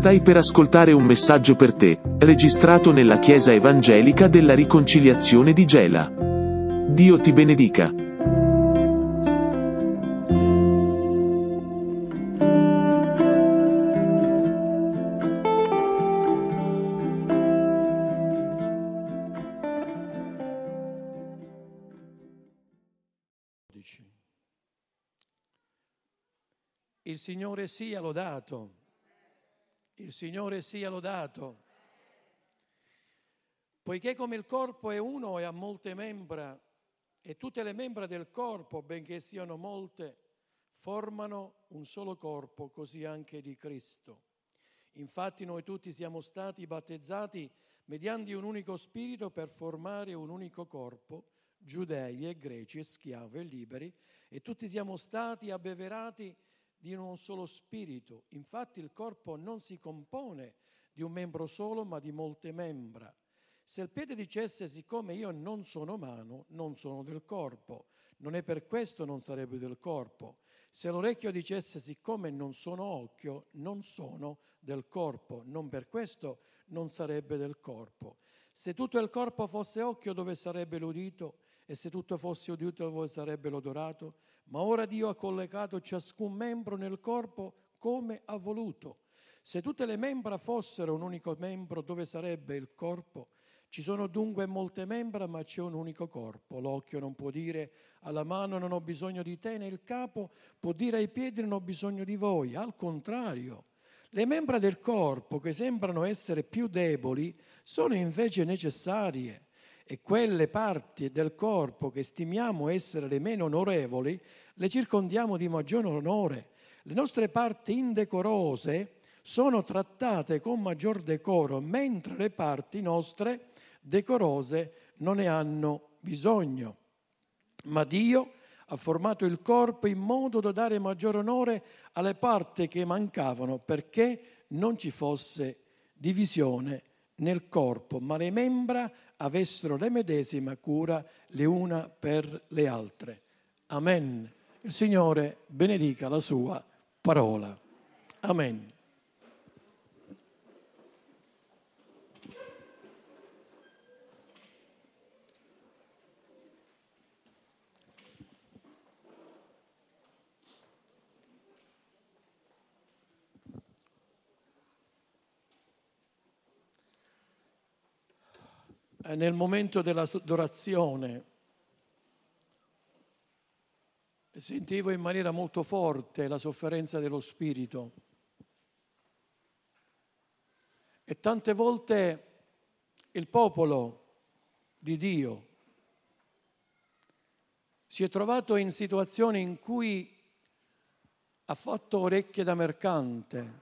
Stai per ascoltare un messaggio per te, registrato nella Chiesa Evangelica della Riconciliazione di Gela. Dio ti benedica. Il Signore sia lodato. Il Signore sia lodato. Poiché come il corpo è uno e ha molte membra, e tutte le membra del corpo, benché siano molte, formano un solo corpo, così anche di Cristo. Infatti noi tutti siamo stati battezzati mediante un unico spirito per formare un unico corpo, giudei e greci e schiavi e liberi, e tutti siamo stati abbeverati di un solo spirito. Infatti il corpo non si compone di un membro solo, ma di molte membra. Se il piede dicesse: siccome io non sono mano, non sono del corpo, non è per questo non sarebbe del corpo. Se l'orecchio dicesse: siccome non sono occhio, non sono del corpo, non per questo non sarebbe del corpo. Se tutto il corpo fosse occhio, dove sarebbe l'udito? E se tutto fosse udito, dove sarebbe l'odorato? Ma ora Dio ha collegato ciascun membro nel corpo come ha voluto. Se tutte le membra fossero un unico membro, dove sarebbe il corpo? Ci sono dunque molte membra, ma c'è un unico corpo. L'occhio non può dire alla mano: non ho bisogno di te, né il capo può dire ai piedi: non ho bisogno di voi. Al contrario, le membra del corpo, che sembrano essere più deboli, sono invece necessarie. E quelle parti del corpo che stimiamo essere le meno onorevoli, le circondiamo di maggiore onore. Le nostre parti indecorose sono trattate con maggior decoro, mentre le parti nostre decorose non ne hanno bisogno. Ma Dio ha formato il corpo in modo da dare maggiore onore alle parti che mancavano, perché non ci fosse divisione nel corpo, ma le membra avessero la medesima cura le una per le altre. Amen. Il Signore benedica la sua parola. Amen. Nel momento dell'adorazione sentivo in maniera molto forte la sofferenza dello Spirito, e tante volte il popolo di Dio si è trovato in situazioni in cui ha fatto orecchie da mercante.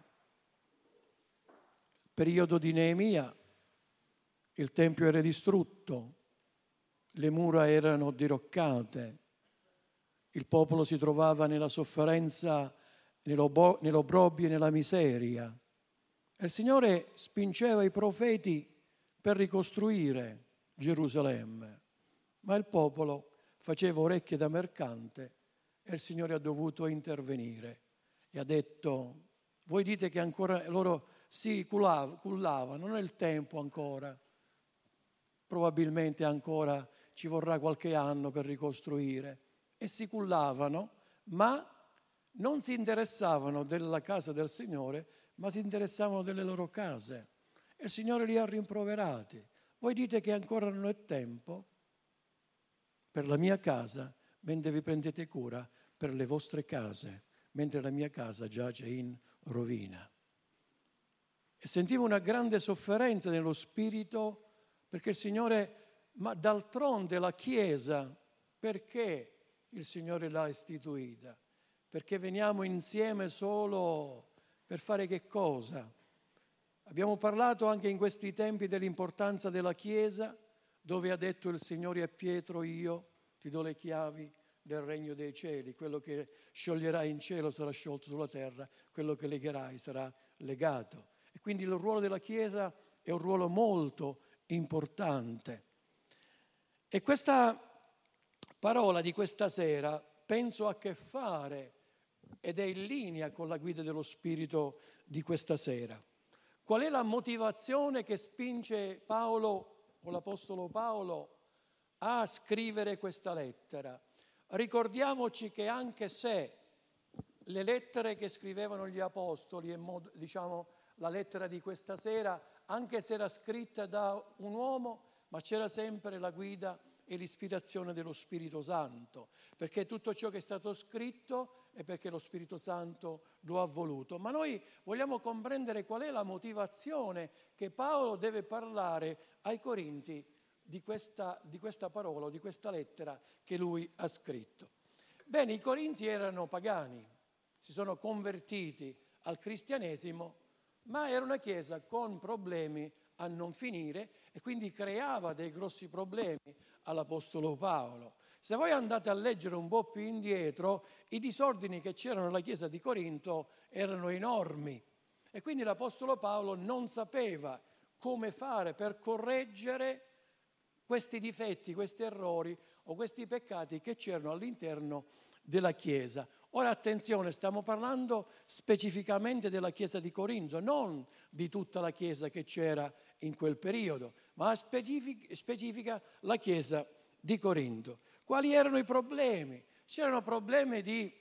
Periodo di Neemia, il Tempio era distrutto, le mura erano diroccate, il popolo si trovava nella sofferenza, nell'obbrobrio e nella miseria. E il Signore spingeva i profeti per ricostruire Gerusalemme, ma il popolo faceva orecchie da mercante e il Signore ha dovuto intervenire e ha detto: voi dite che ancora loro si cullavano, non è il tempo ancora. Probabilmente ancora ci vorrà qualche anno per ricostruire. E si cullavano, ma non si interessavano della casa del Signore, ma si interessavano delle loro case. E il Signore li ha rimproverati. Voi dite che ancora non è tempo per la mia casa, mentre vi prendete cura per le vostre case, mentre la mia casa giace in rovina. E sentivo una grande sofferenza nello spirito, perché il Signore, ma d'altronde la Chiesa, perché il Signore l'ha istituita? Perché veniamo insieme solo per fare che cosa? Abbiamo parlato anche in questi tempi dell'importanza della Chiesa, dove ha detto il Signore a Pietro: io ti do le chiavi del regno dei cieli, quello che scioglierai in cielo sarà sciolto sulla terra, quello che legherai sarà legato. E quindi il ruolo della Chiesa è un ruolo molto importante. E questa parola di questa sera penso ha a che fare ed è in linea con la guida dello Spirito di questa sera. qual è la motivazione che spinge Paolo o l'Apostolo Paolo a scrivere questa lettera? Ricordiamoci che anche se le lettere che scrivevano gli Apostoli, diciamo la lettera di questa sera, anche se era scritta da un uomo, ma c'era sempre la guida e l'ispirazione dello Spirito Santo, perché tutto ciò che è stato scritto è perché lo Spirito Santo lo ha voluto. Ma noi vogliamo comprendere qual è la motivazione che Paolo deve parlare ai Corinti di questa parola o di questa lettera che lui ha scritto. Bene, i Corinti erano pagani, si sono convertiti al cristianesimo, ma era una chiesa con problemi a non finire e quindi creava dei grossi problemi all'Apostolo Paolo. Se voi andate a leggere un po' più indietro, i disordini che c'erano nella chiesa di Corinto erano enormi e quindi l'Apostolo Paolo non sapeva come fare per correggere questi difetti, questi errori o questi peccati che c'erano all'interno della chiesa. Ora attenzione, stiamo parlando specificamente della chiesa di Corinto, non di tutta la chiesa che c'era in quel periodo, ma specifica la chiesa di Corinto. Quali erano i problemi? C'erano problemi di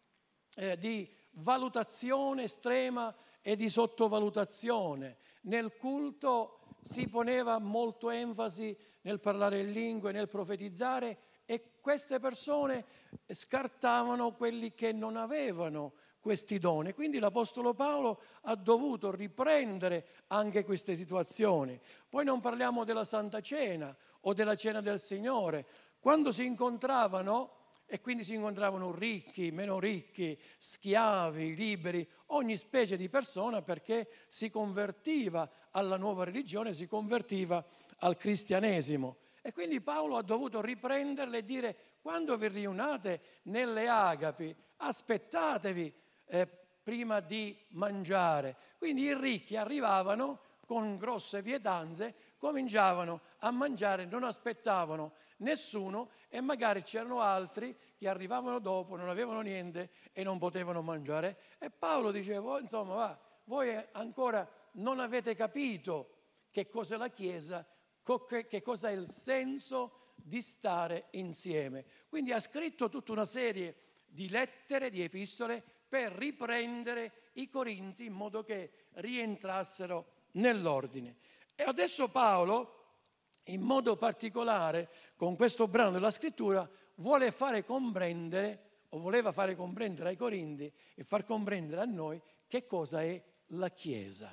valutazione estrema e di sottovalutazione. Nel culto si poneva molto enfasi nel parlare in lingue, nel profetizzare, e queste persone scartavano quelli che non avevano questi doni. Quindi l'Apostolo Paolo ha dovuto riprendere anche queste situazioni. Poi non parliamo della Santa Cena o della Cena del Signore. Quando si incontravano, e quindi si incontravano ricchi, meno ricchi, schiavi, liberi, ogni specie di persona, perché si convertiva alla nuova religione, si convertiva al cristianesimo. E quindi Paolo ha dovuto riprenderle e dire: quando vi riunate nelle agapi, aspettatevi prima di mangiare. Quindi i ricchi arrivavano con grosse pietanze, cominciavano a mangiare, non aspettavano nessuno e magari c'erano altri che arrivavano dopo, non avevano niente e non potevano mangiare. E Paolo diceva: insomma, voi ancora non avete capito che cos'è la Chiesa, che cosa è il senso di stare insieme. Quindi ha scritto tutta una serie di lettere, di epistole, per riprendere i Corinti in modo che rientrassero nell'ordine. E adesso Paolo, in modo particolare, con questo brano della scrittura, voleva fare comprendere ai Corinti e far comprendere a noi che cosa è la Chiesa.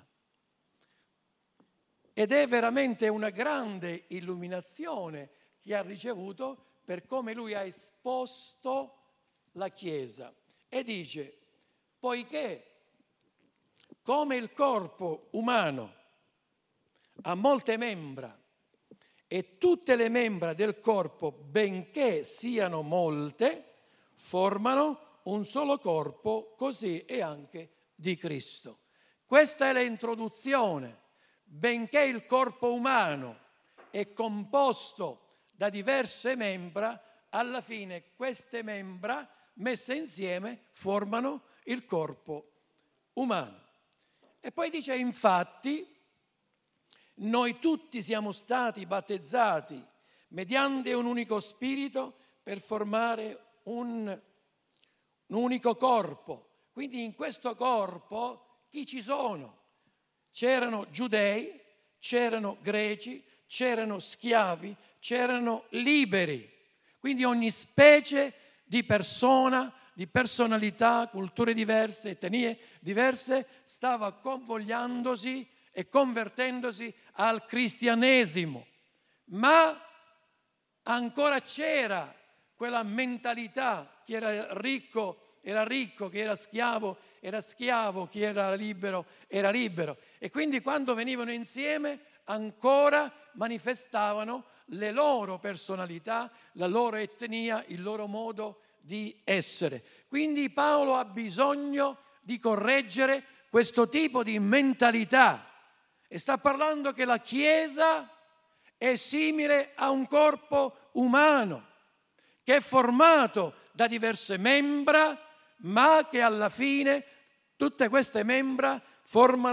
Ed è veramente una grande illuminazione che ha ricevuto per come lui ha esposto la Chiesa. E dice: poiché come il corpo umano ha molte membra e tutte le membra del corpo, benché siano molte, formano un solo corpo, così è anche di Cristo. Questa è l'introduzione. Benché il corpo umano è composto da diverse membra, alla fine queste membra messe insieme formano il corpo umano. E poi dice: infatti noi tutti siamo stati battezzati mediante un unico spirito per formare un unico corpo. Quindi in questo corpo chi ci sono? C'erano giudei, c'erano greci, c'erano schiavi, c'erano liberi. Quindi ogni specie di persona, di personalità, culture diverse, etnie diverse, stava convogliandosi e convertendosi al cristianesimo. Ma ancora c'era quella mentalità: chi era ricco, chi era schiavo, chi era libero. E quindi quando venivano insieme ancora manifestavano le loro personalità, la loro etnia, il loro modo di essere. Quindi Paolo ha bisogno di correggere questo tipo di mentalità e sta parlando che la Chiesa è simile a un corpo umano che è formato da diverse membra, ma che alla fine tutte queste membra formano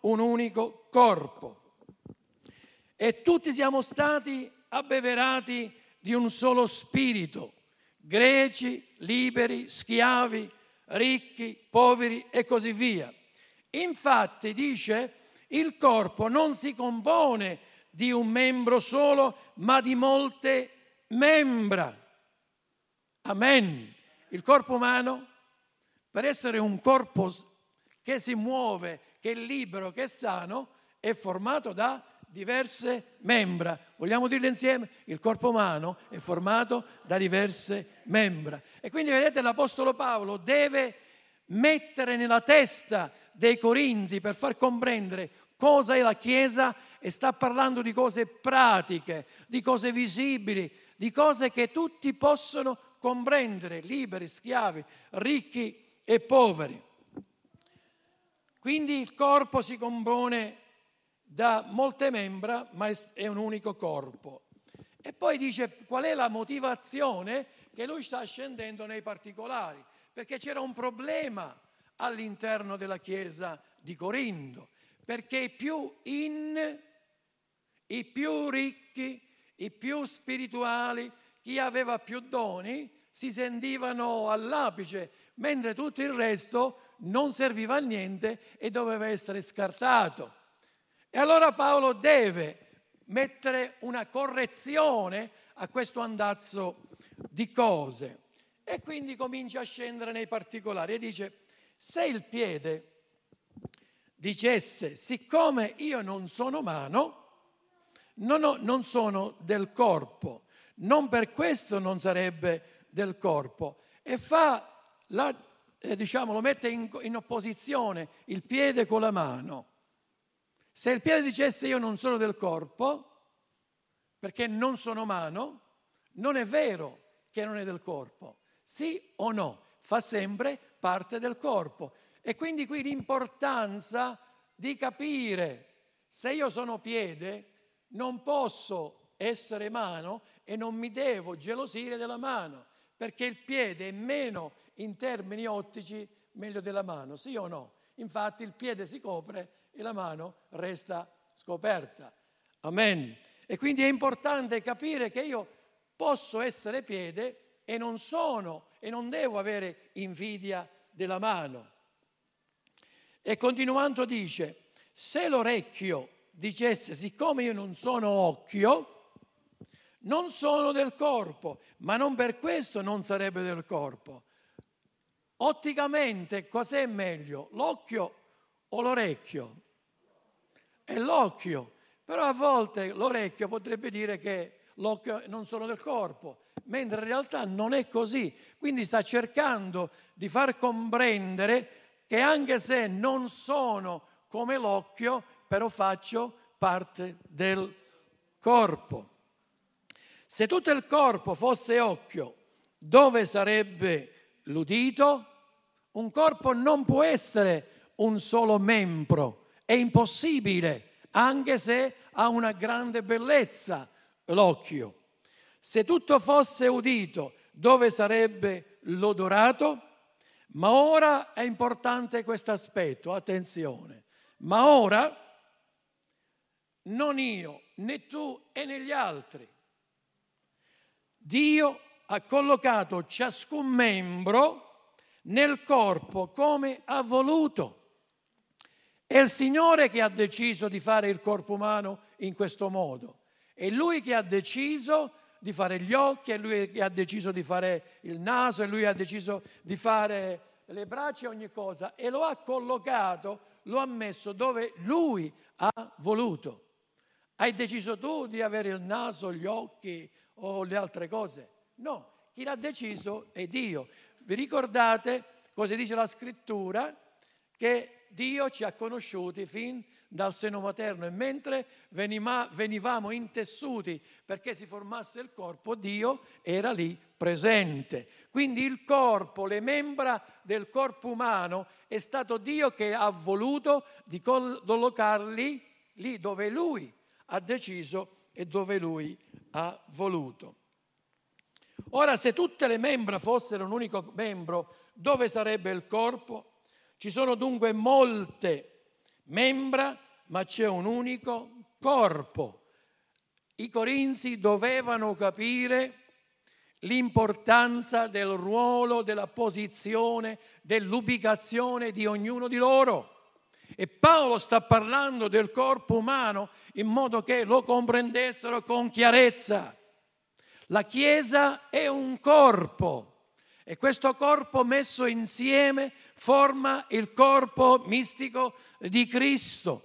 un unico corpo. E tutti siamo stati abbeverati di un solo spirito, greci, liberi, schiavi, ricchi, poveri e così via. Infatti, dice, il corpo non si compone di un membro solo, ma di molte membra. Amen. Il corpo umano, per essere un corpo che si muove, che è libero, che è sano, è formato da diverse membra. Vogliamo dirle insieme? Il corpo umano è formato da diverse membra. E quindi vedete, l'Apostolo Paolo deve mettere nella testa dei Corinzi per far comprendere cosa è la Chiesa, e sta parlando di cose pratiche, di cose visibili, di cose che tutti possono comprendere, liberi, schiavi, ricchi e poveri. Quindi il corpo si compone da molte membra, ma è un unico corpo. E poi dice qual è la motivazione che lui sta scendendo nei particolari, perché c'era un problema all'interno della Chiesa di Corinto, perché i più ricchi, i più spirituali, chi aveva più doni, si sentivano all'apice, mentre tutto il resto non serviva a niente e doveva essere scartato. E allora Paolo deve mettere una correzione a questo andazzo di cose. E quindi comincia a scendere nei particolari e dice: se il piede dicesse, siccome io non sono mano, non sono del corpo, non per questo non sarebbe del corpo, e lo mette in opposizione il piede con la mano. Se il piede dicesse io non sono del corpo, perché non sono mano, non è vero che non è del corpo. Sì o no? Fa sempre parte del corpo. E quindi qui l'importanza di capire: se io sono piede, non posso essere mano e non mi devo gelosire della mano, perché il piede è meno, in termini ottici, meglio della mano, sì o no? Infatti il piede si copre e la mano resta scoperta. Amen. E quindi è importante capire che io posso essere piede e non sono e non devo avere invidia della mano. E continuando dice: se l'orecchio dicesse, siccome io non sono occhio, non sono del corpo, ma non per questo non sarebbe del corpo. Otticamente cos'è meglio, l'occhio o l'orecchio? È l'occhio, però a volte l'orecchio potrebbe dire che l'occhio non sono del corpo, mentre in realtà non è così. Quindi sta cercando di far comprendere che anche se non sono come l'occhio, però faccio parte del corpo. Se tutto il corpo fosse occhio, dove sarebbe l'udito? Un corpo non può essere un solo membro, è impossibile, anche se ha una grande bellezza l'occhio. Se tutto fosse udito, dove sarebbe l'odorato? Ma ora è importante questo aspetto, attenzione. Ma ora non io, né tu e né gli altri. Dio ha collocato ciascun membro nel corpo come ha voluto. È il Signore che ha deciso di fare il corpo umano in questo modo. È Lui che ha deciso di fare gli occhi, è Lui che ha deciso di fare il naso, è Lui che ha deciso di fare le braccia e ogni cosa. E lo ha collocato, lo ha messo dove Lui ha voluto. Hai deciso tu di avere il naso, gli occhi o le altre cose? No, chi l'ha deciso è Dio. Vi ricordate cosa dice la Scrittura? Che Dio ci ha conosciuti fin dal seno materno, e mentre venivamo intessuti perché si formasse il corpo, Dio era lì presente. Quindi il corpo, le membra del corpo umano, è stato Dio che ha voluto di collocarli lì dove Lui ha deciso e dove Lui ha voluto. Ora, se tutte le membra fossero un unico membro, dove sarebbe il corpo? Ci sono dunque molte membra, ma c'è un unico corpo. I Corinzi dovevano capire l'importanza del ruolo, della posizione, dell'ubicazione di ognuno di loro. E Paolo sta parlando del corpo umano in modo che lo comprendessero con chiarezza. La Chiesa è un corpo e questo corpo messo insieme forma il corpo mistico di Cristo.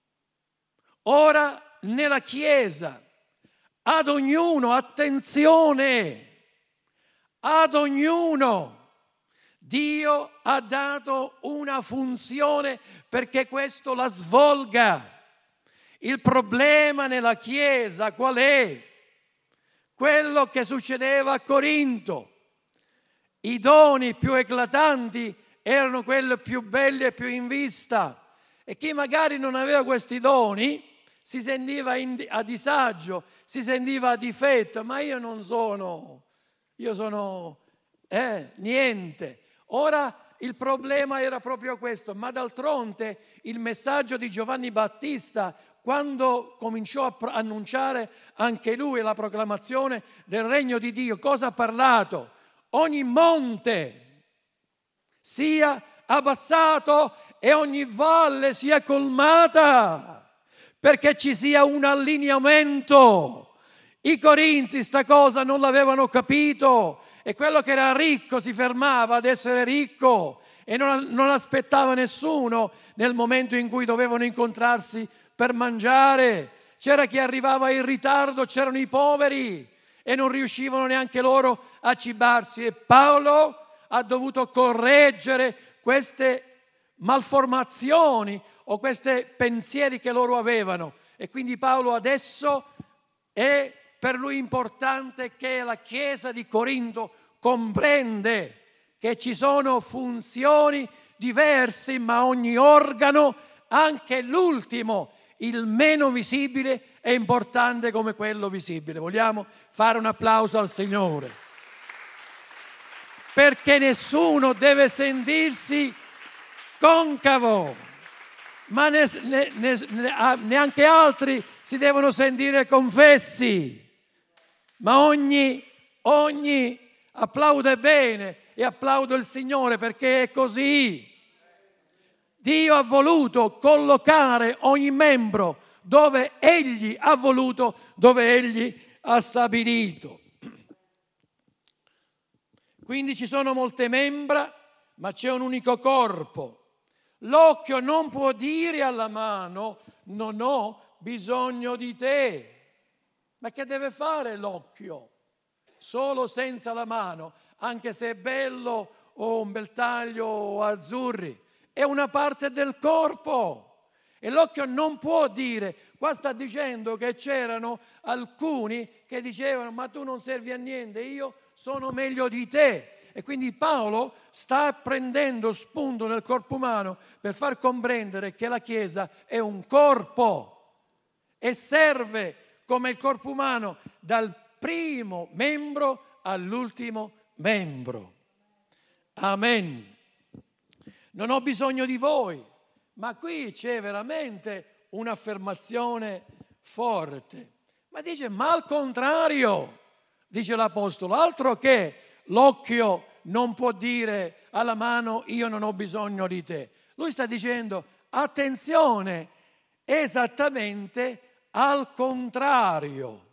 Ora nella Chiesa, ad ognuno, attenzione, ad ognuno Dio ha dato una funzione perché questo la svolga. Il problema nella Chiesa qual è? Quello che succedeva a Corinto. I doni più eclatanti erano quelli più belli e più in vista, e chi magari non aveva questi doni si sentiva a disagio, si sentiva a difetto, ma io sono niente. Ora il problema era proprio questo, ma d'altronde il messaggio di Giovanni Battista, quando cominciò a annunciare anche lui la proclamazione del regno di Dio, cosa ha parlato? Ogni monte sia abbassato e ogni valle sia colmata, perché ci sia un allineamento. I Corinzi sta cosa non l'avevano capito, e quello che era ricco si fermava ad essere ricco e non aspettava nessuno nel momento in cui dovevano incontrarsi per mangiare. C'era chi arrivava in ritardo, c'erano i poveri e non riuscivano neanche loro a cibarsi, e Paolo ha dovuto correggere queste malformazioni o questi pensieri che loro avevano. E quindi Paolo adesso è per lui importante che la Chiesa di Corinto comprende che ci sono funzioni diverse, ma ogni organo, anche l'ultimo, il meno visibile, è importante come quello visibile. Vogliamo fare un applauso al Signore? Perché nessuno deve sentirsi concavo, ma neanche altri si devono sentire confessi. Ma ogni applaude bene, e applaudo il Signore perché è così. Dio ha voluto collocare ogni membro dove Egli ha voluto, dove Egli ha stabilito. Quindi ci sono molte membra, ma c'è un unico corpo. L'occhio non può dire alla mano: non ho bisogno di te. Ma che deve fare l'occhio? Solo senza la mano, anche se è bello o un bel taglio o azzurri, è una parte del corpo. E l'occhio non può dire. Qua sta dicendo che c'erano alcuni che dicevano: ma tu non servi a niente, io sono meglio di te. E quindi Paolo sta prendendo spunto nel corpo umano per far comprendere che la Chiesa è un corpo e serve come il corpo umano dal primo membro all'ultimo membro. Amen. Non ho bisogno di voi, ma qui c'è veramente un'affermazione forte. Ma dice: ma al contrario, dice l'Apostolo, altro che l'occhio non può dire alla mano: io non ho bisogno di te. Lui sta dicendo: attenzione, esattamente al contrario.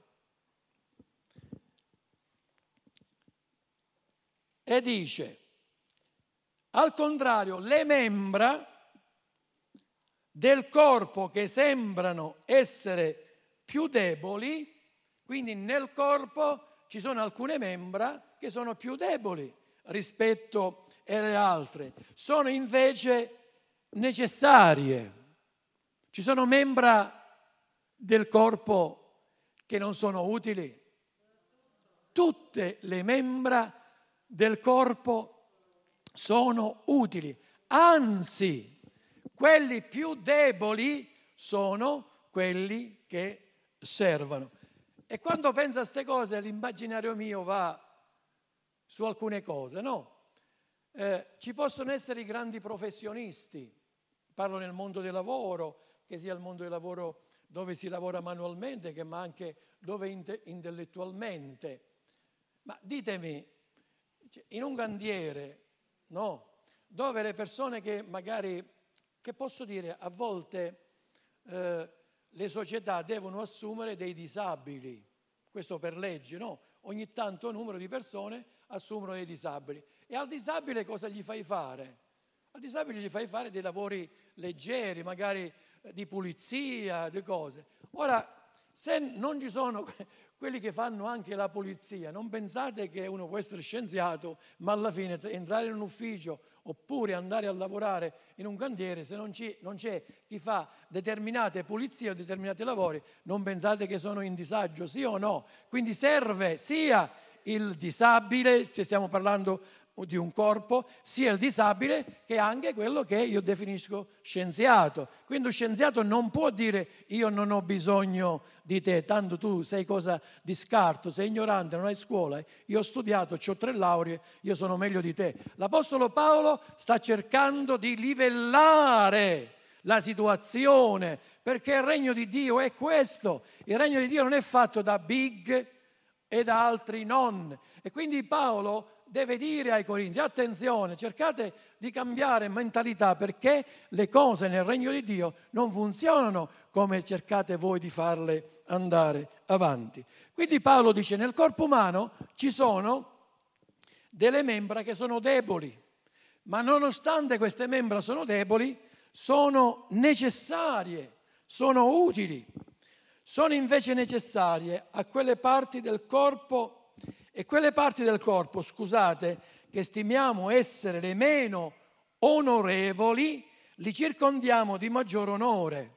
E dice: al contrario, le membra del corpo che sembrano essere più deboli, quindi nel corpo ci sono alcune membra che sono più deboli rispetto alle altre, sono invece necessarie. Ci sono membra del corpo che non sono utili. Tutte le membra del corpo sono utili, anzi, quelli più deboli sono quelli che servono. E quando penso a queste cose, l'immaginario mio va su alcune cose, no? Ci possono essere i grandi professionisti, Parlo nel mondo del lavoro, che sia il mondo del lavoro dove si lavora manualmente, ma anche dove intellettualmente. Ma ditemi, in un cantiere, no? Dove le persone che magari, che posso dire, a volte le società devono assumere dei disabili, questo per legge, no? Ogni tanto un numero di persone assumono dei disabili. E al disabile cosa gli fai fare? Al disabile gli fai fare dei lavori leggeri, magari di pulizia, di cose. Ora, se non ci sono quelli che fanno anche la pulizia, non pensate che uno può essere scienziato, ma alla fine entrare in un ufficio oppure andare a lavorare in un cantiere, se non c'è chi fa determinate pulizie o determinati lavori, non pensate che sono in disagio, sì o no? Quindi serve sia il disabile, se stiamo parlando di un corpo, sia il disabile che anche quello che io definisco scienziato. Quindi un scienziato non può dire io non ho bisogno di te, tanto tu sei cosa di scarto, sei ignorante, non hai scuola, io ho studiato, ho 3 lauree, io sono meglio di te. L'Apostolo Paolo sta cercando di livellare la situazione, perché il regno di Dio è questo. Il regno di Dio non è fatto da big e da altri non. E quindi Paolo deve dire ai Corinzi, attenzione, cercate di cambiare mentalità, perché le cose nel regno di Dio non funzionano come cercate voi di farle andare avanti. Quindi Paolo dice, nel corpo umano ci sono delle membra che sono deboli, ma nonostante queste membra sono deboli, sono necessarie, sono utili. Sono invece necessarie a quelle parti del corpo e quelle parti del corpo, scusate, che stimiamo essere le meno onorevoli, li circondiamo di maggior onore.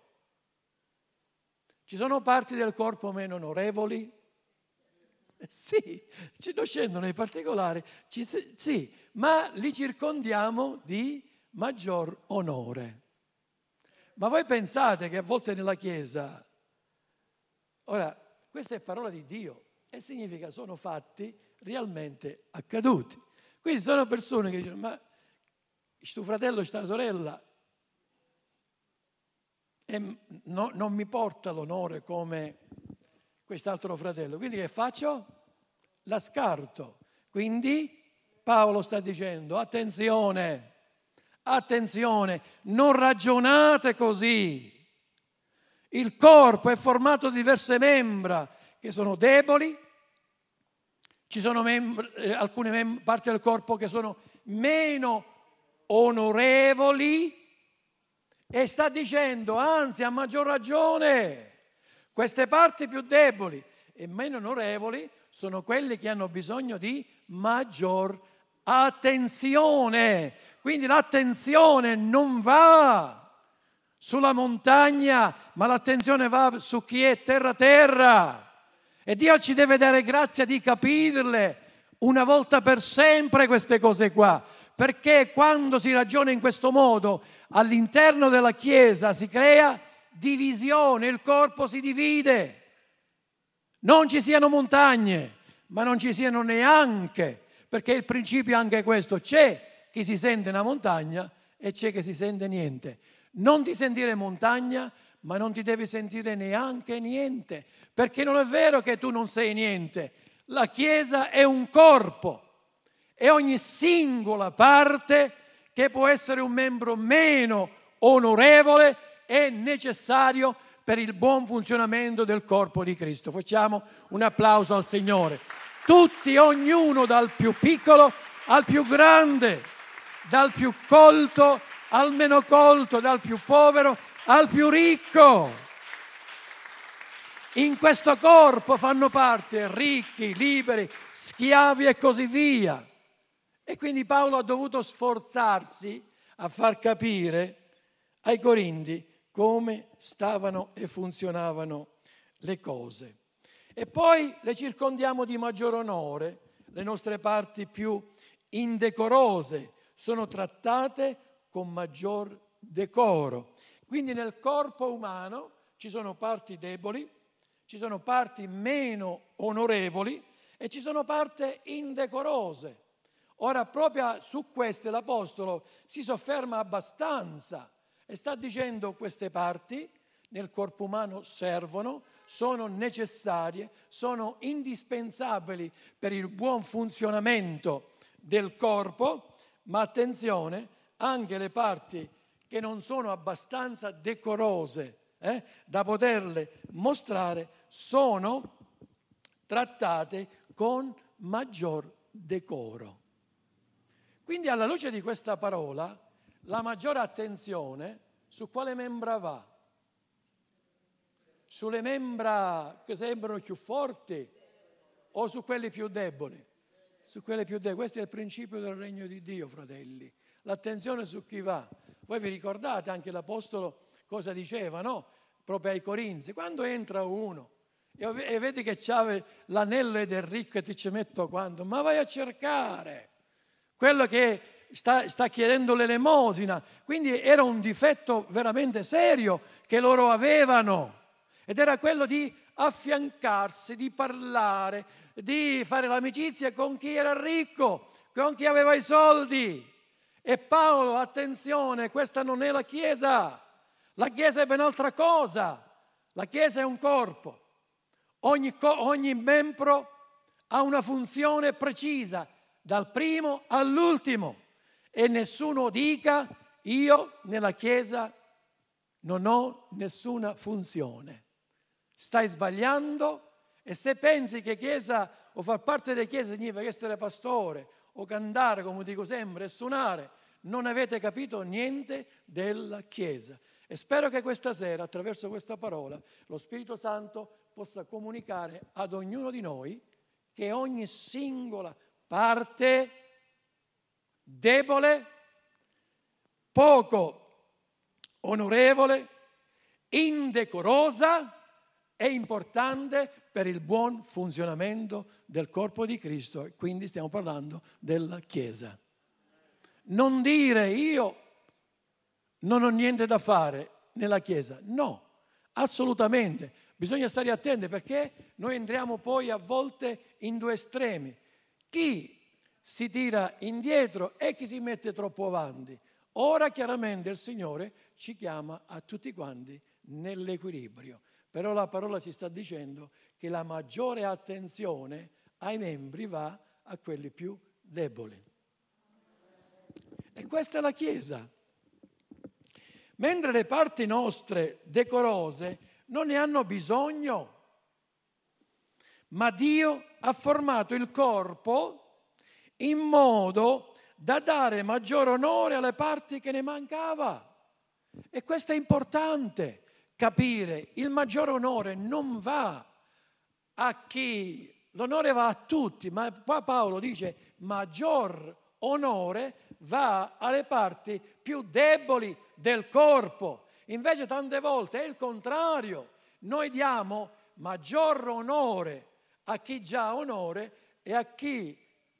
Ci sono parti del corpo meno onorevoli? Sì, non scendo nei particolari, sì, ma li circondiamo di maggior onore. Ma voi pensate che a volte nella Chiesa, ora, questa è parola di Dio e significa sono fatti realmente accaduti. Quindi sono persone che dicono, ma sto fratello, sta sorella, non mi porta l'onore come quest'altro fratello. Quindi che faccio? La scarto. Quindi Paolo sta dicendo, attenzione, non ragionate così. Il corpo è formato di diverse membra che sono deboli, ci sono alcune parti del corpo che sono meno onorevoli e sta dicendo, anzi a maggior ragione, queste parti più deboli e meno onorevoli sono quelle che hanno bisogno di maggior attenzione. Quindi l'attenzione non va sulla montagna, ma l'attenzione va su chi è terra. E Dio ci deve dare grazia di capirle una volta per sempre queste cose qua, perché quando si ragiona in questo modo all'interno della Chiesa si crea divisione, il corpo si divide. Non ci siano montagne, ma non ci siano neanche, perché il principio è anche questo, c'è chi si sente una montagna e c'è chi si sente niente. Non ti sentire montagna, ma non ti devi sentire neanche niente, perché non è vero che tu non sei niente. La Chiesa è un corpo e ogni singola parte che può essere un membro meno onorevole è necessario per il buon funzionamento del corpo di Cristo. Facciamo un applauso al Signore. Tutti, ognuno, dal più piccolo al più grande, dal più colto al meno colto, dal più povero al più ricco. In questo corpo fanno parte ricchi, liberi, schiavi e così via. E quindi Paolo ha dovuto sforzarsi a far capire ai Corinti come stavano e funzionavano le cose. E poi le circondiamo di maggior onore, le nostre parti più indecorose sono trattate con maggior decoro. Quindi nel corpo umano ci sono parti deboli, ci sono parti meno onorevoli e ci sono parti indecorose. Ora proprio su queste l'Apostolo si sofferma abbastanza E sta dicendo queste parti nel corpo umano servono, sono necessarie, sono indispensabili per il buon funzionamento del corpo, ma attenzione, anche le parti che non sono abbastanza decorose da poterle mostrare sono trattate con maggior decoro. Quindi alla luce di questa parola, la maggiore attenzione su quale membra va? Sulle membra che sembrano più forti o su quelli più deboli? Su quelle più deboli. Questo è il principio del regno di Dio, fratelli. L'attenzione su chi va. Voi vi ricordate anche l'Apostolo cosa diceva, no? Proprio ai Corinzi. Quando entra uno e vedi che c'ha l'anello ed è ricco e ti ci metto quanto, ma vai a cercare quello che sta chiedendo l'elemosina. Quindi era un difetto veramente serio che loro avevano. Ed era quello di affiancarsi, di parlare, di fare l'amicizia con chi era ricco, con chi aveva i soldi. E Paolo, attenzione, questa non è la Chiesa. La Chiesa è ben altra cosa. La Chiesa è un corpo. Ogni membro ha una funzione precisa, dal primo all'ultimo. E nessuno dica, io nella Chiesa non ho nessuna funzione. Stai sbagliando, e se pensi che Chiesa o far parte della Chiesa significa essere pastore o cantare, come dico sempre, e suonare, non avete capito niente della Chiesa. E spero che questa sera, attraverso questa parola, lo Spirito Santo possa comunicare ad ognuno di noi che ogni singola parte debole, poco onorevole, indecorosa, è importante per il buon funzionamento del corpo di Cristo, e quindi stiamo parlando della Chiesa. Non dire io non ho niente da fare nella Chiesa, no, assolutamente. Bisogna stare attenti perché noi entriamo poi a volte in due estremi. Chi si tira indietro e chi si mette troppo avanti. Ora chiaramente il Signore ci chiama a tutti quanti nell'equilibrio. Però la parola ci sta dicendo che la maggiore attenzione ai membri va a quelli più deboli. E questa è la Chiesa. Mentre le parti nostre decorose non ne hanno bisogno, ma Dio ha formato il corpo in modo da dare maggiore onore alle parti che ne mancava. E questo è importante. Capire, il maggiore onore non va a chi, l'onore va a tutti, ma qua Paolo dice maggior onore va alle parti più deboli del corpo. Invece tante volte è il contrario, noi diamo maggior onore a chi già ha onore e a chi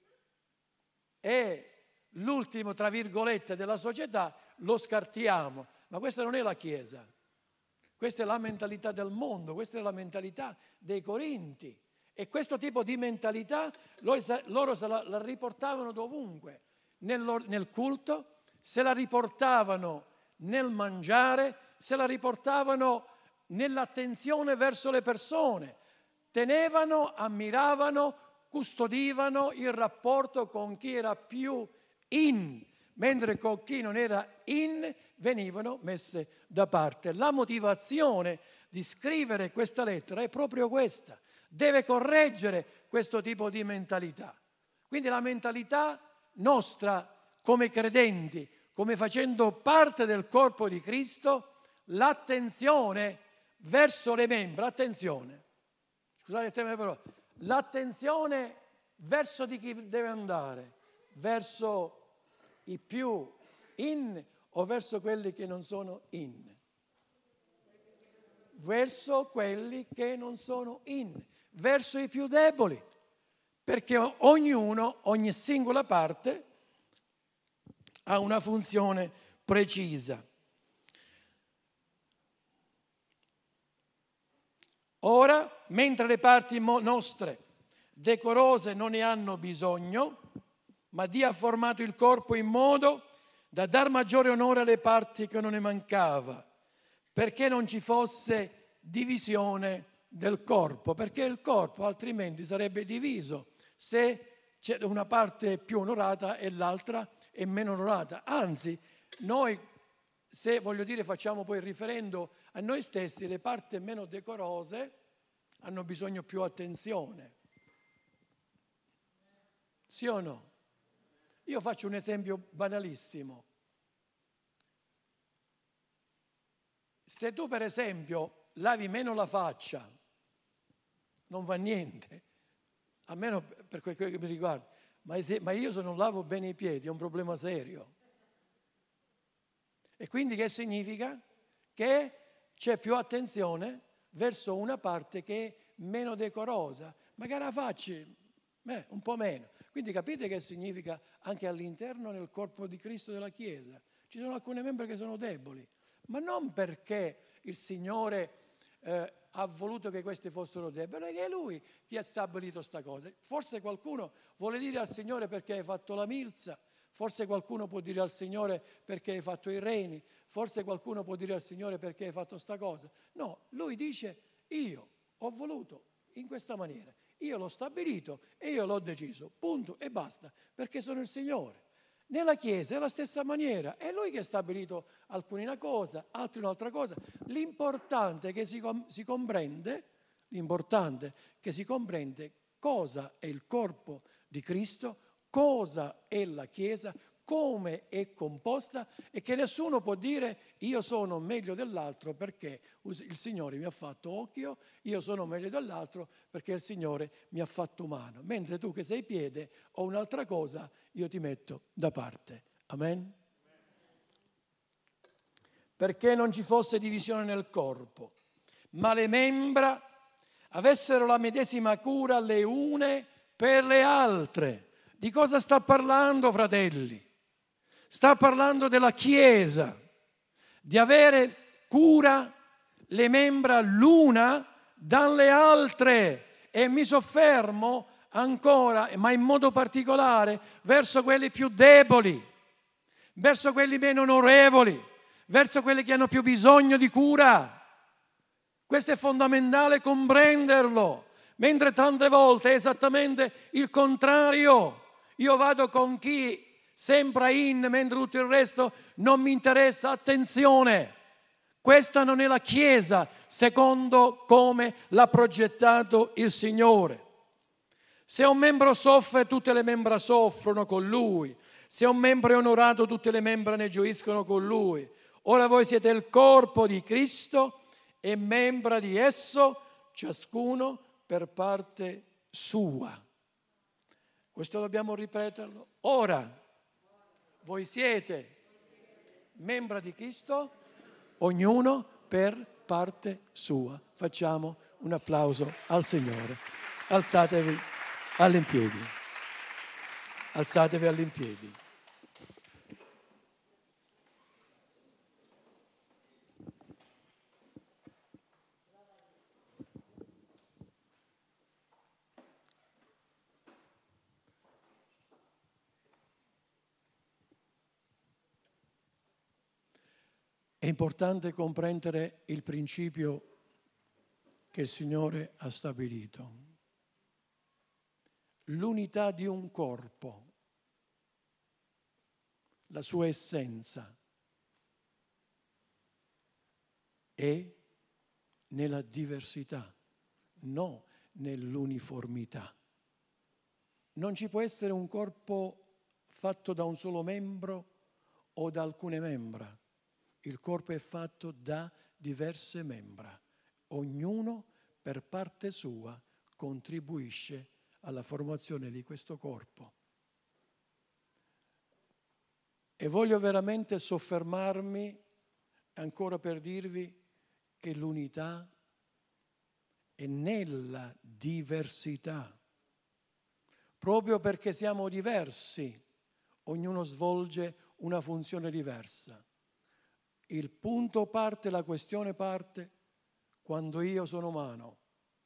è l'ultimo, tra virgolette, della società lo scartiamo. Ma questa non è la Chiesa. Questa è la mentalità del mondo, questa è la mentalità dei Corinti. E questo tipo di mentalità loro se la riportavano dovunque, nel culto, se la riportavano nel mangiare, se la riportavano nell'attenzione verso le persone. Tenevano, ammiravano, custodivano il rapporto con chi era più in, mentre con chi non era in venivano messe da parte. La motivazione di scrivere questa lettera è proprio questa. Deve correggere questo tipo di mentalità. Quindi la mentalità nostra come credenti, come facendo parte del corpo di Cristo, l'attenzione verso le membra, attenzione, scusate il tema però, l'attenzione verso di chi deve andare, verso i più in o verso quelli che non sono in? Verso quelli che non sono in, verso i più deboli, perché ognuno, ogni singola parte ha una funzione precisa. Ora, mentre le parti nostre decorose non ne hanno bisogno, ma Dio ha formato il corpo in modo da dar maggiore onore alle parti che non ne mancava, perché non ci fosse divisione del corpo, perché il corpo altrimenti sarebbe diviso se c'è una parte più onorata e l'altra è meno onorata. Anzi, noi, se voglio dire, facciamo poi il riferendo a noi stessi, le parti meno decorose hanno bisogno più attenzione. Sì o no? Io faccio un esempio banalissimo. Se tu, per esempio, lavi meno la faccia, non va niente, almeno per quel che mi riguarda, ma io se non lavo bene i piedi è un problema serio. E quindi che significa? Che c'è più attenzione verso una parte che è meno decorosa, magari la faccia un po' meno. Quindi capite che significa anche all'interno nel corpo di Cristo della Chiesa? Ci sono alcune membri che sono deboli, ma non perché il Signore ha voluto che questi fossero deboli, è che è Lui che ha stabilito sta cosa. Forse qualcuno vuole dire al Signore perché hai fatto la milza, forse qualcuno può dire al Signore perché hai fatto i reni, forse qualcuno può dire al Signore perché hai fatto sta cosa. No, Lui dice: io ho voluto in questa maniera, io l'ho stabilito e io l'ho deciso, punto e basta, perché sono il Signore. Nella Chiesa è la stessa maniera, è Lui che ha stabilito alcuni una cosa, altri un'altra cosa. L'importante è che si comprende cosa è il corpo di Cristo, cosa è la Chiesa, come è composta, e che nessuno può dire io sono meglio dell'altro perché il Signore mi ha fatto occhio, io sono meglio dell'altro perché il Signore mi ha fatto mano, mentre tu che sei piede o un'altra cosa io ti metto da parte. Amen? Perché non ci fosse divisione nel corpo, ma le membra avessero la medesima cura le une per le altre. Di cosa sta parlando, fratelli? Sta parlando della Chiesa, di avere cura le membra l'una dalle altre. E mi soffermo ancora, ma in modo particolare, verso quelli più deboli, verso quelli meno onorevoli, verso quelli che hanno più bisogno di cura. Questo è fondamentale comprenderlo, mentre tante volte è esattamente il contrario. Io vado con chi sembra mentre tutto il resto non mi interessa. Attenzione, questa non è la Chiesa secondo come l'ha progettato il Signore. Se un membro soffre, tutte le membra soffrono con lui. Se un membro è onorato, tutte le membra ne gioiscono con lui. Ora voi siete il corpo di Cristo e membra di esso, ciascuno per parte sua. Questo dobbiamo ripeterlo. Ora voi siete membra di Cristo, ognuno per parte sua. Facciamo un applauso al Signore. Alzatevi all'impiedi. Alzatevi all'impiedi. È importante comprendere il principio che il Signore ha stabilito. L'unità di un corpo, la sua essenza, è nella diversità, non nell'uniformità. Non ci può essere un corpo fatto da un solo membro o da alcune membra. Il corpo è fatto da diverse membra. Ognuno per parte sua contribuisce alla formazione di questo corpo. E voglio veramente soffermarmi ancora per dirvi che l'unità è nella diversità. Proprio perché siamo diversi, ognuno svolge una funzione diversa. Il punto parte, la questione parte quando io sono mano.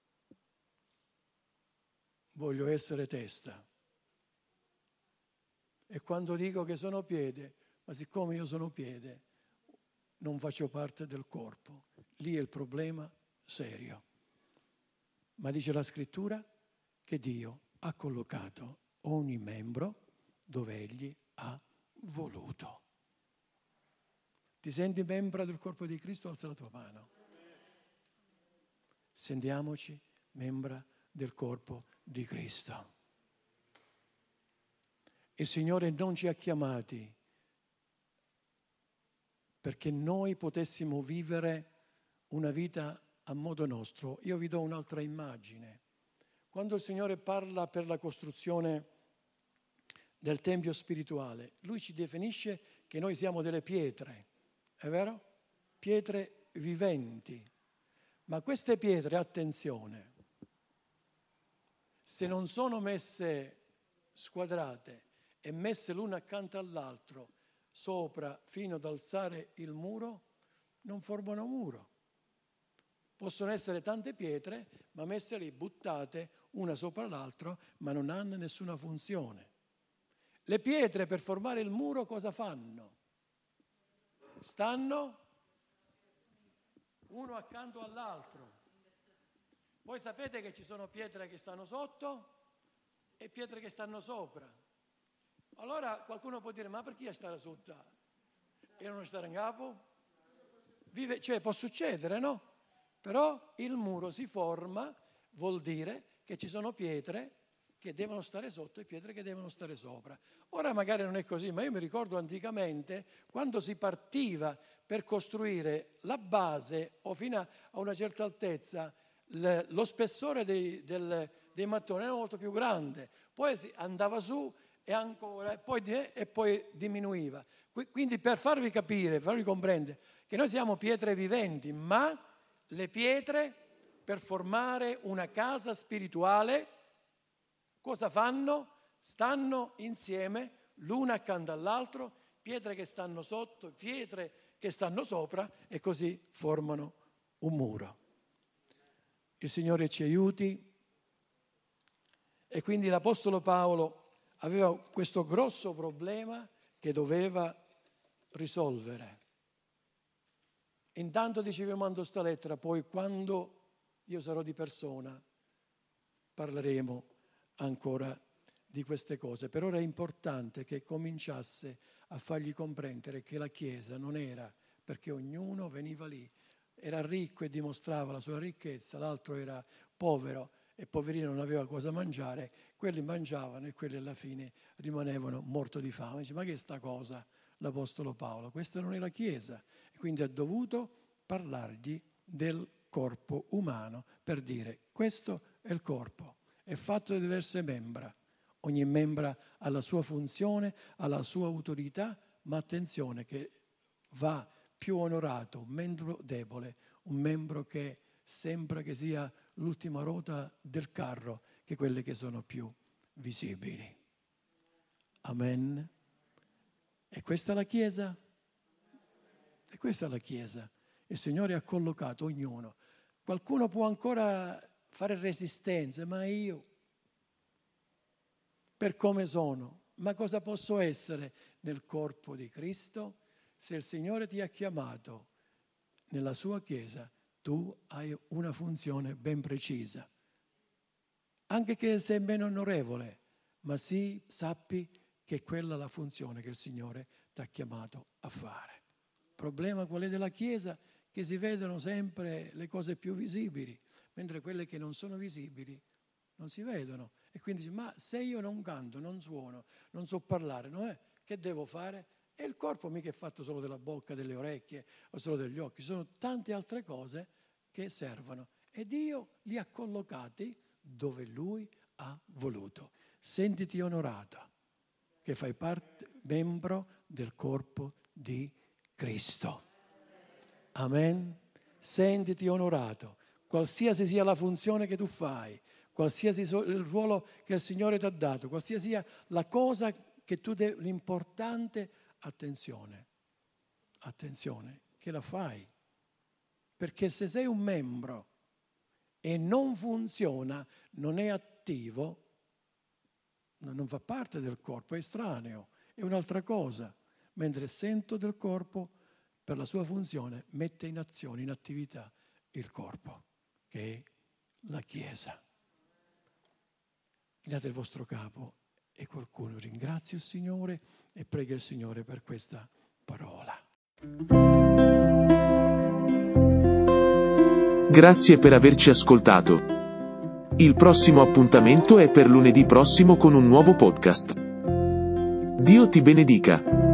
Voglio essere testa. E quando dico che sono piede, ma siccome io sono piede, non faccio parte del corpo. Lì è il problema serio. Ma dice la Scrittura che Dio ha collocato ogni membro dove Egli ha voluto. Ti senti membro del corpo di Cristo? Alza la tua mano. Sentiamoci membra del corpo di Cristo. Il Signore non ci ha chiamati perché noi potessimo vivere una vita a modo nostro. Io vi do un'altra immagine. Quando il Signore parla per la costruzione del Tempio spirituale, Lui ci definisce che noi siamo delle pietre, è vero? Pietre viventi. Ma queste pietre, attenzione, se non sono messe squadrate e messe l'una accanto all'altro sopra fino ad alzare il muro, non formano muro. Possono essere tante pietre, ma messe lì, buttate una sopra l'altra, ma non hanno nessuna funzione. Le pietre per formare il muro cosa fanno? Stanno uno accanto all'altro. Voi sapete che ci sono pietre che stanno sotto e pietre che stanno sopra. Allora qualcuno può dire, ma perché stare sotto e non stare in capo? Cioè può succedere, no? Però il muro si forma, vuol dire che ci sono pietre che devono stare sotto e pietre che devono stare sopra. Ora magari non è così, ma io mi ricordo anticamente quando si partiva per costruire la base o fino a una certa altezza, lo spessore dei mattoni era molto più grande, poi si andava su e ancora e poi diminuiva. Quindi per farvi capire, farvi comprendere che noi siamo pietre viventi, ma le pietre per formare una casa spirituale cosa fanno? Stanno insieme l'una accanto all'altro, pietre che stanno sotto, pietre che stanno sopra e così formano un muro. Il Signore ci aiuti e quindi l'Apostolo Paolo aveva questo grosso problema che doveva risolvere. Intanto dicevo, io mando sta lettera, poi quando io sarò di persona parleremo ancora di queste cose. Per ora è importante che cominciasse a fargli comprendere che la Chiesa non era perché ognuno veniva lì, era ricco e dimostrava la sua ricchezza, l'altro era povero e poverino non aveva cosa mangiare, quelli mangiavano e quelli alla fine rimanevano morti di fame. Dice, ma che è sta cosa? L'Apostolo Paolo, questa non è la Chiesa, e quindi ha dovuto parlargli del corpo umano per dire questo è il corpo, è fatto di diverse membra, ogni membra ha la sua funzione, ha la sua autorità, ma attenzione che va più onorato un membro debole, un membro che sembra che sia l'ultima ruota del carro, che quelle che sono più visibili. Amen. E questa è la Chiesa? E questa è la Chiesa. Il Signore ha collocato ognuno. Qualcuno può ancora fare resistenze, ma io, per come sono, ma cosa posso essere nel corpo di Cristo? Se il Signore ti ha chiamato nella sua Chiesa, tu hai una funzione ben precisa. Anche che sei meno onorevole, ma sì, sappi che quella è la funzione che il Signore ti ha chiamato a fare. Il problema qual è della Chiesa? Che si vedono sempre le cose più visibili, mentre quelle che non sono visibili non si vedono. E quindi dici, ma se io non canto, non suono, non so parlare, no? Che devo fare? E il corpo mica è fatto solo della bocca, delle orecchie o solo degli occhi, sono tante altre cose che servono. E Dio li ha collocati dove Lui ha voluto. Sentiti onorato che fai parte, membro del corpo di Cristo. Amen. Sentiti onorato, qualsiasi sia la funzione che tu fai, qualsiasi il ruolo che il Signore ti ha dato, qualsiasi sia la cosa che tu devi, l'importante, attenzione, che la fai. Perché se sei un membro e non funziona, non è attivo, non fa parte del corpo, è estraneo, è un'altra cosa. mentre il centro del corpo, per la sua funzione, mette in azione, in attività il corpo, che è la Chiesa. Chinate il vostro capo e qualcuno ringrazia il Signore e prega il Signore per questa parola. Grazie per averci ascoltato. Il prossimo appuntamento è per lunedì prossimo con un nuovo podcast. Dio ti benedica.